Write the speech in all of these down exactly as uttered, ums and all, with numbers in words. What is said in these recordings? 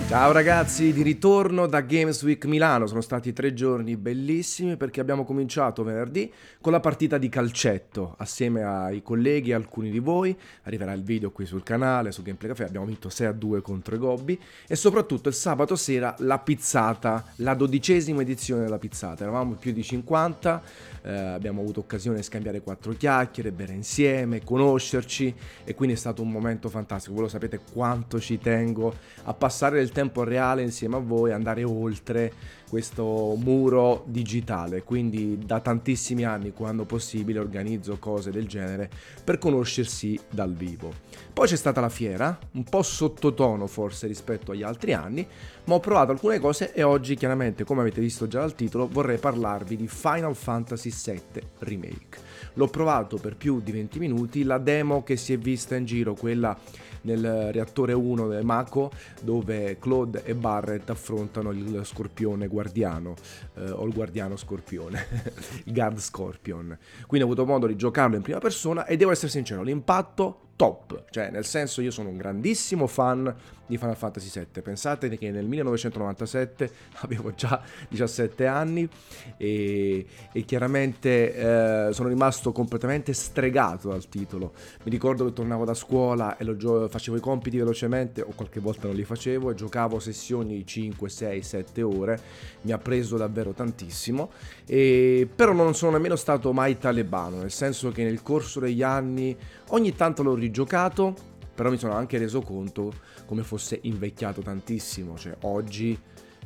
Ciao ragazzi, di ritorno da Games Week Milano. Sono stati tre giorni bellissimi perché abbiamo cominciato venerdì con la partita di calcetto assieme ai colleghi e alcuni di voi. Arriverà il video qui sul canale, su Gameplay Café. Abbiamo vinto sei a due contro i Gobbi e soprattutto il sabato sera la pizzata, la dodicesima edizione della pizzata. Eravamo più di cinquanta, eh, abbiamo avuto occasione di scambiare quattro chiacchiere, bere insieme, conoscerci e quindi è stato un momento fantastico. Voi lo sapete quanto ci tengo a passare del tempo reale insieme a voi, andare oltre questo muro digitale, quindi da tantissimi anni, quando possibile, organizzo cose del genere per conoscersi dal vivo. Poi c'è stata la fiera, un po' sottotono forse rispetto agli altri anni, ma ho provato alcune cose e oggi chiaramente, come avete visto già dal titolo, vorrei parlarvi di Final Fantasy sette Remake. L'ho provato per più di venti minuti, la demo che si è vista in giro, quella nel reattore uno del Mako, dove Claude e Barret affrontano il scorpione guardiano, eh, o il guardiano scorpione, il Guard Scorpion. Quindi ho avuto modo di giocarlo in prima persona e devo essere sincero, l'impatto top, cioè nel senso io sono un grandissimo fan di Final Fantasy sette. Pensate che nel millenovecentonovantasette avevo già diciassette anni e, e chiaramente eh, sono rimasto completamente stregato dal titolo. Mi ricordo che tornavo da scuola e lo gio- facevo i compiti velocemente o qualche volta non li facevo e giocavo sessioni cinque, sei, sette ore. Mi ha preso davvero tantissimo, e, però non sono nemmeno stato mai talebano, nel senso che nel corso degli anni ogni tanto l'ho rigiocato, però mi sono anche reso conto come fosse invecchiato tantissimo. Cioè oggi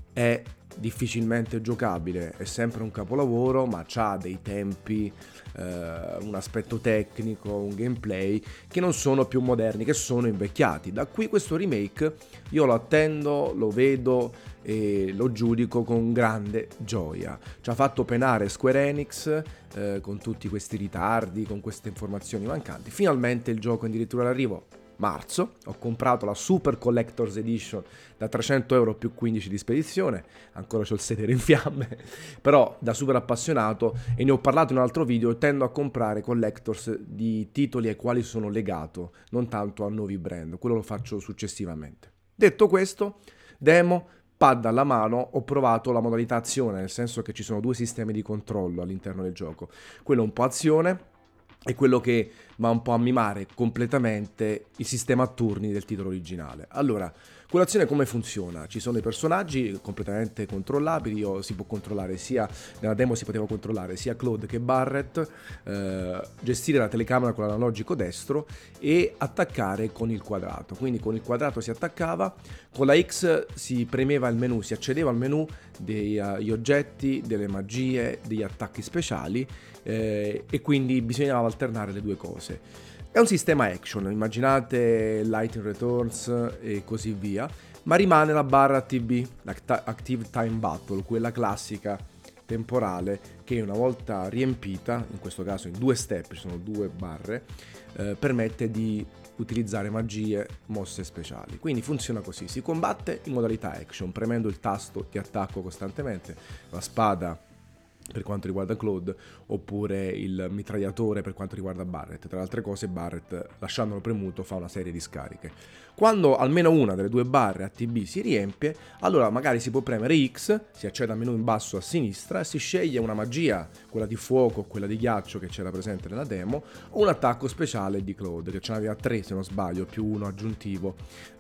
è difficilmente giocabile, è sempre un capolavoro, ma c'ha dei tempi, eh, un aspetto tecnico, un gameplay che non sono più moderni, che sono invecchiati. Da qui questo remake io lo attendo, lo vedo e lo giudico con grande gioia. Ci ha fatto penare Square Enix eh, con tutti questi ritardi, con queste informazioni mancanti. Finalmente il gioco è addirittura all'arrivo. Marzo, ho comprato la Super Collector's Edition da trecento euro più quindici di spedizione, ancora c'ho il sedere in fiamme, però da super appassionato, e ne ho parlato in un altro video, tendo a comprare Collectors di titoli ai quali sono legato, non tanto a nuovi brand, quello lo faccio successivamente. Detto questo, demo, pad alla mano, ho provato la modalità azione, nel senso che ci sono due sistemi di controllo all'interno del gioco, quello un po' azione è quello che va un po' a mimare completamente il sistema a turni del titolo originale. Allora, quell'azione come funziona? Ci sono i personaggi completamente controllabili, io si può controllare sia, nella demo si poteva controllare sia Claude che Barret, eh, gestire la telecamera con l'analogico destro e attaccare con il quadrato. Quindi con il quadrato si attaccava, con la X si premeva il menu, si accedeva al menu degli uh, oggetti, delle magie, degli attacchi speciali, eh, e quindi bisognava alternare le due cose. È un sistema action, immaginate Lightning Returns e così via, ma rimane la barra A T B, l'Active Time Battle, quella classica temporale che una volta riempita, in questo caso in due step, ci sono due barre, eh, permette di utilizzare magie, mosse speciali. Quindi funziona così, si combatte in modalità action, premendo il tasto di attacco costantemente, la spada per quanto riguarda Claude, oppure il mitragliatore per quanto riguarda Barret. Tra le altre cose, Barret, lasciandolo premuto, fa una serie di scariche. Quando almeno una delle due barre A T B si riempie, allora magari si può premere X, si accede al menu in basso a sinistra e si sceglie una magia, quella di fuoco, quella di ghiaccio che c'era presente nella demo, o un attacco speciale di Claude, che ce n'aveva tre se non sbaglio, più uno aggiuntivo,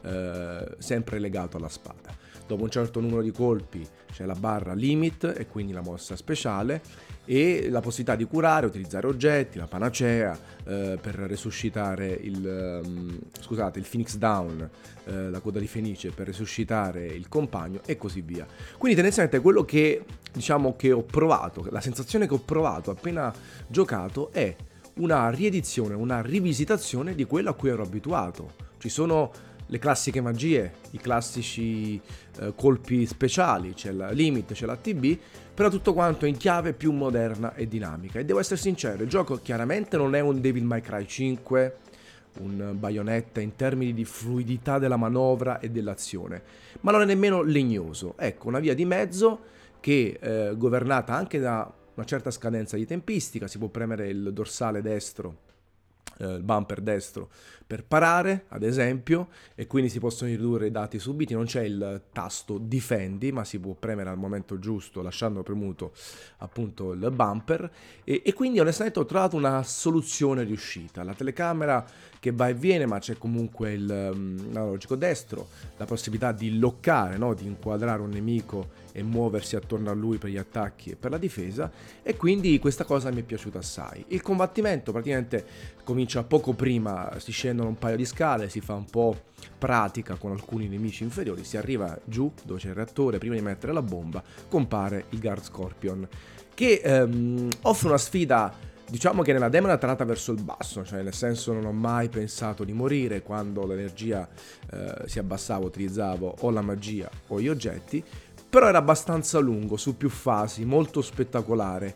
eh, sempre legato alla spada. Dopo un certo numero di colpi c'è la barra limit e quindi la mossa speciale e la possibilità di curare, utilizzare oggetti, la panacea eh, per resuscitare il, um, scusate, il Phoenix Down, eh, la coda di Fenice per resuscitare il compagno e così via. Quindi tendenzialmente quello che diciamo che ho provato, la sensazione che ho provato appena giocato è una riedizione, una rivisitazione di quello a cui ero abituato. Ci sono le classiche magie, i classici eh, colpi speciali, c'è la limit, c'è la T B, però tutto quanto in chiave più moderna e dinamica. E devo essere sincero, il gioco chiaramente non è un Devil May Cry cinque, un Bayonetta in termini di fluidità della manovra e dell'azione, ma non è nemmeno legnoso. Ecco, una via di mezzo che eh, governata anche da una certa scadenza di tempistica, si può premere il dorsale destro eh, il bumper destro per parare, ad esempio, e quindi si possono ridurre i dati subiti. Non c'è il tasto difendi, ma si può premere al momento giusto lasciando premuto appunto il bumper, e, e quindi onestamente ho trovato una soluzione riuscita. La telecamera che va e viene, ma c'è comunque il um, analogico destro, la possibilità di loccare, no? Di inquadrare un nemico e muoversi attorno a lui per gli attacchi e per la difesa, e quindi questa cosa mi è piaciuta assai. Il combattimento praticamente comincia poco prima, si scendono un paio di scale, si fa un po' pratica con alcuni nemici inferiori, si arriva giù dove c'è il reattore, prima di mettere la bomba compare il Guard Scorpion, che ehm, offre una sfida. Diciamo che nella demo era tratta verso il basso, cioè nel senso non ho mai pensato di morire. Quando l'energia eh, si abbassava utilizzavo o la magia o gli oggetti, però era abbastanza lungo, su più fasi, molto spettacolare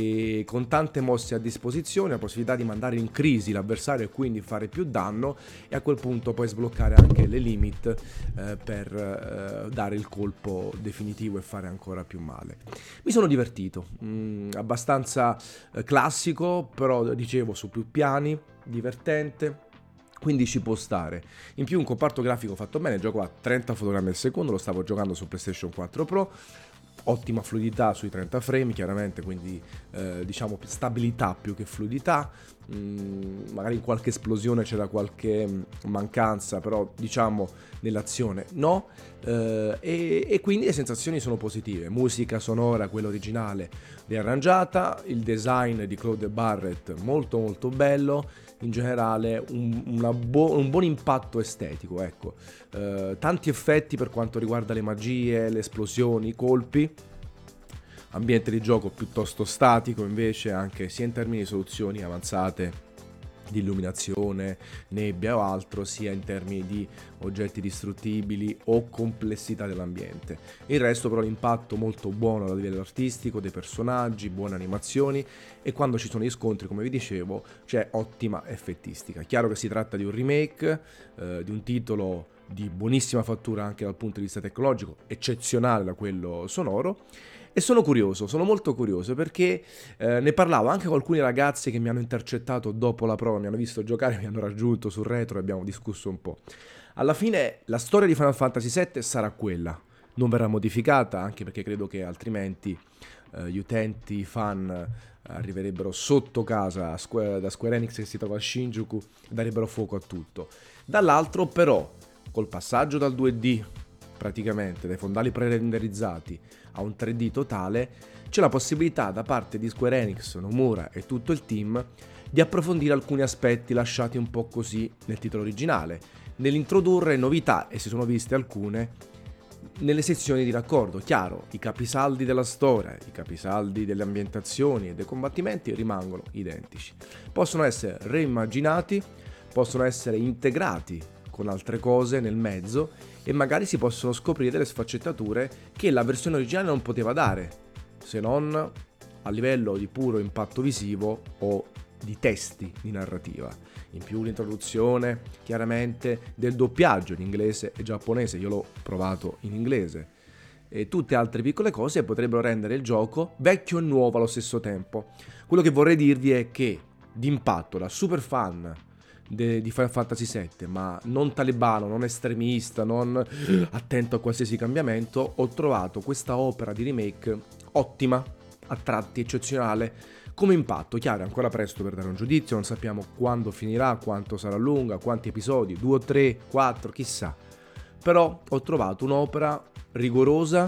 e con tante mosse a disposizione, la possibilità di mandare in crisi l'avversario e quindi fare più danno, e a quel punto poi sbloccare anche le limit eh, per eh, dare il colpo definitivo e fare ancora più male. Mi sono divertito, mm, abbastanza eh, classico, però dicevo su più piani, divertente. Quindi ci può stare. In più un comparto grafico fatto bene, il gioco a trenta fotogrammi al secondo, lo stavo giocando su PlayStation quattro Pro, ottima fluidità sui trenta frame chiaramente, quindi eh, diciamo stabilità più che fluidità. Mm, magari in qualche esplosione c'era qualche mancanza, però diciamo nell'azione no, eh, e, e quindi le sensazioni sono positive. Musica sonora, quella originale, riarrangiata, il design di Claude Barrett molto molto bello, in generale un, una bu- un buon impatto estetico, ecco. Eh, tanti effetti per quanto riguarda le magie, le esplosioni, i colpi. Ambiente di gioco piuttosto statico invece, anche sia in termini di soluzioni avanzate di illuminazione, nebbia o altro, sia in termini di oggetti distruttibili o complessità dell'ambiente. Il resto però l'impatto molto buono a livello artistico, dei personaggi, buone animazioni, e quando ci sono gli scontri, come vi dicevo, c'è ottima effettistica. Chiaro che si tratta di un remake, eh, di un titolo di buonissima fattura anche dal punto di vista tecnologico, eccezionale da quello sonoro. E sono curioso, sono molto curioso perché eh, ne parlavo anche con alcuni ragazzi che mi hanno intercettato dopo la prova, mi hanno visto giocare, mi hanno raggiunto sul retro e abbiamo discusso un po'. Alla fine la storia di Final Fantasy sette sarà quella, non verrà modificata, anche perché credo che altrimenti eh, gli utenti, i fan eh, arriverebbero sotto casa a Square, da Square Enix che si trova a Shinjuku e darebbero fuoco a tutto. Dall'altro però, col passaggio dal due D praticamente, dai fondali pre-renderizzati a un tre D totale, c'è la possibilità da parte di Square Enix, Nomura e tutto il team di approfondire alcuni aspetti lasciati un po' così nel titolo originale, nell'introdurre novità, e si sono viste alcune, nelle sezioni di raccordo. Chiaro, i capisaldi della storia, i capisaldi delle ambientazioni e dei combattimenti rimangono identici. Possono essere reimmaginati, possono essere integrati con altre cose nel mezzo, e magari si possono scoprire delle sfaccettature che la versione originale non poteva dare, se non a livello di puro impatto visivo o di testi di narrativa. In più l'introduzione chiaramente del doppiaggio in inglese e giapponese, io l'ho provato in inglese, e tutte altre piccole cose potrebbero rendere il gioco vecchio e nuovo allo stesso tempo. Quello che vorrei dirvi è che d'impatto, da super fan di Final Fantasy sette, ma non talebano, non estremista, non attento a qualsiasi cambiamento, ho trovato questa opera di remake ottima, a tratti eccezionale come impatto. Chiaro, è ancora presto per dare un giudizio, non sappiamo quando finirà, quanto sarà lunga, quanti episodi, due o tre, quattro, chissà. Però ho trovato un'opera rigorosa,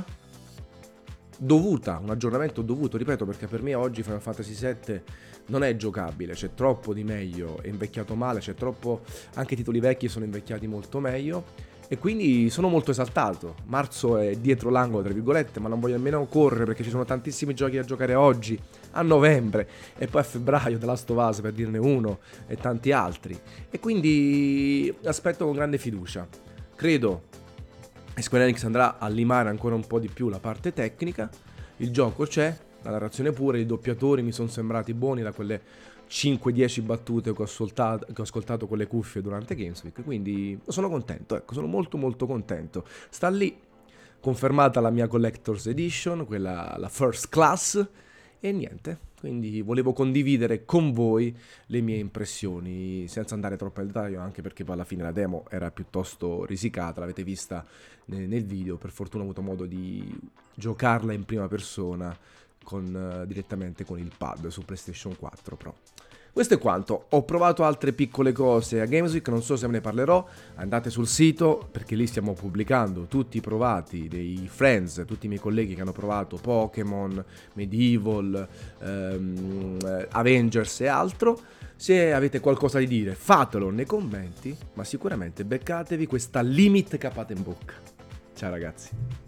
dovuta, un aggiornamento dovuto, ripeto, perché per me oggi Final Fantasy sette non è giocabile, c'è troppo di meglio, è invecchiato male, c'è troppo, anche i titoli vecchi sono invecchiati molto meglio, e quindi sono molto esaltato. Marzo è dietro l'angolo, tra virgolette, ma non voglio nemmeno correre perché ci sono tantissimi giochi da giocare oggi, a novembre, e poi a febbraio The Last of Us, per dirne uno, e tanti altri, e quindi aspetto con grande fiducia. Credo che Square Enix andrà a limare ancora un po' di più la parte tecnica, il gioco c'è, la narrazione pure, i doppiatori mi sono sembrati buoni da quelle cinque dieci battute che ho, ascoltato, che ho ascoltato con le cuffie durante Games Week, quindi sono contento, ecco, sono molto molto contento. Sta lì, confermata la mia Collector's Edition, quella la First Class, E niente, quindi volevo condividere con voi le mie impressioni, senza andare troppo nel dettaglio, anche perché poi alla fine la demo era piuttosto risicata, l'avete vista ne- nel video, per fortuna ho avuto modo di giocarla in prima persona con, eh, direttamente con il pad su PlayStation quattro Pro. Questo è quanto, ho provato altre piccole cose a Games Week, non so se ve ne parlerò, andate sul sito perché lì stiamo pubblicando tutti i provati dei friends, tutti i miei colleghi che hanno provato Pokémon, Medieval, ehm, Avengers e altro. Se avete qualcosa da dire fatelo nei commenti, ma sicuramente beccatevi questa Limit Capate in bocca. Ciao ragazzi.